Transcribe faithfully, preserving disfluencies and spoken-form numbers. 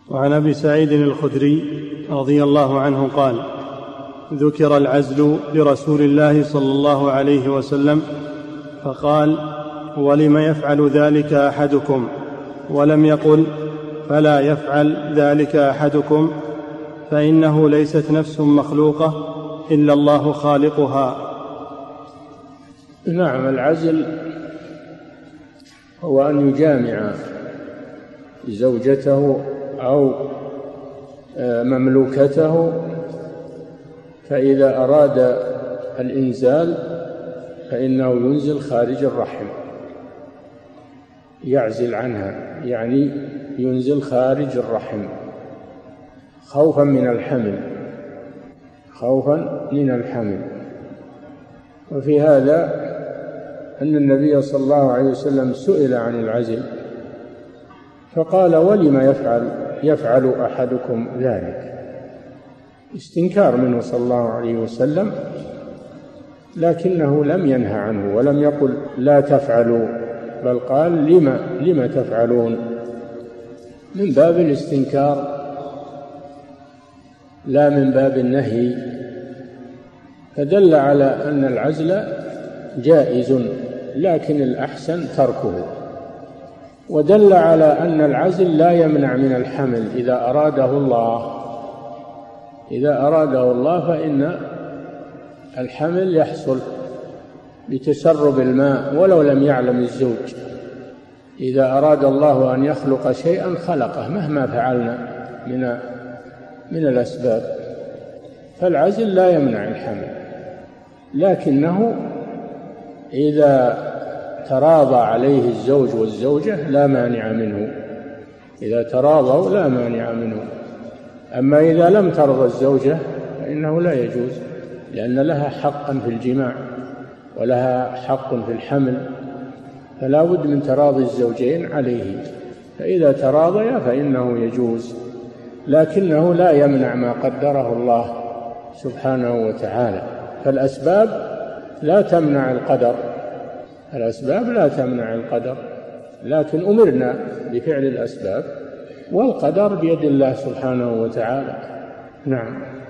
وعن أبي سعيد الخدري رضي الله عنه قال: ذكر العزل لرسول الله صلى الله عليه وسلم فقال: ولم يفعل ذلك أحدكم؟ ولم يقل: فلا يفعل ذلك أحدكم، فإنه ليست نفس مخلوقة إلا الله خالقها. نعم، العزل هو أن يجامع زوجته أو مملوكته، فإذا أراد الإنزال فإنه ينزل خارج الرحم، يعزل عنها، يعني ينزل خارج الرحم خوفا من الحمل خوفا من الحمل وفي هذا أن النبي صلى الله عليه وسلم سئل عن العزل فقال: ولم يفعل يفعل أحدكم ذلك؟ استنكار منه صلى الله عليه وسلم، لكنه لم ينهى عنه ولم يقل لا تفعلوا، بل قال: لما لما تفعلون، من باب الاستنكار لا من باب النهي، فدل على أن العزل جائز لكن الأحسن تركه، ودل على أن العزل لا يمنع من الحمل إذا أراده الله إذا أراده الله فإن الحمل يحصل بتسرب الماء ولو لم يعلم الزوج. إذا أراد الله أن يخلق شيئا خلقه مهما فعلنا من من الأسباب، فالعزل لا يمنع الحمل، لكنه إذا تراضى عليه الزوج والزوجة لا مانع منه، إذا تراضوا لا مانع منه. أما إذا لم ترضى الزوجة فإنه لا يجوز، لأن لها حقا في الجماع ولها حق في الحمل، فلا بد من تراضي الزوجين عليه، فإذا تراضيا فإنه يجوز، لكنه لا يمنع ما قدره الله سبحانه وتعالى. فالأسباب لا تمنع القدر الأسباب لا تمنع القدر لكن أمرنا بفعل الأسباب، والقدر بيد الله سبحانه وتعالى. نعم.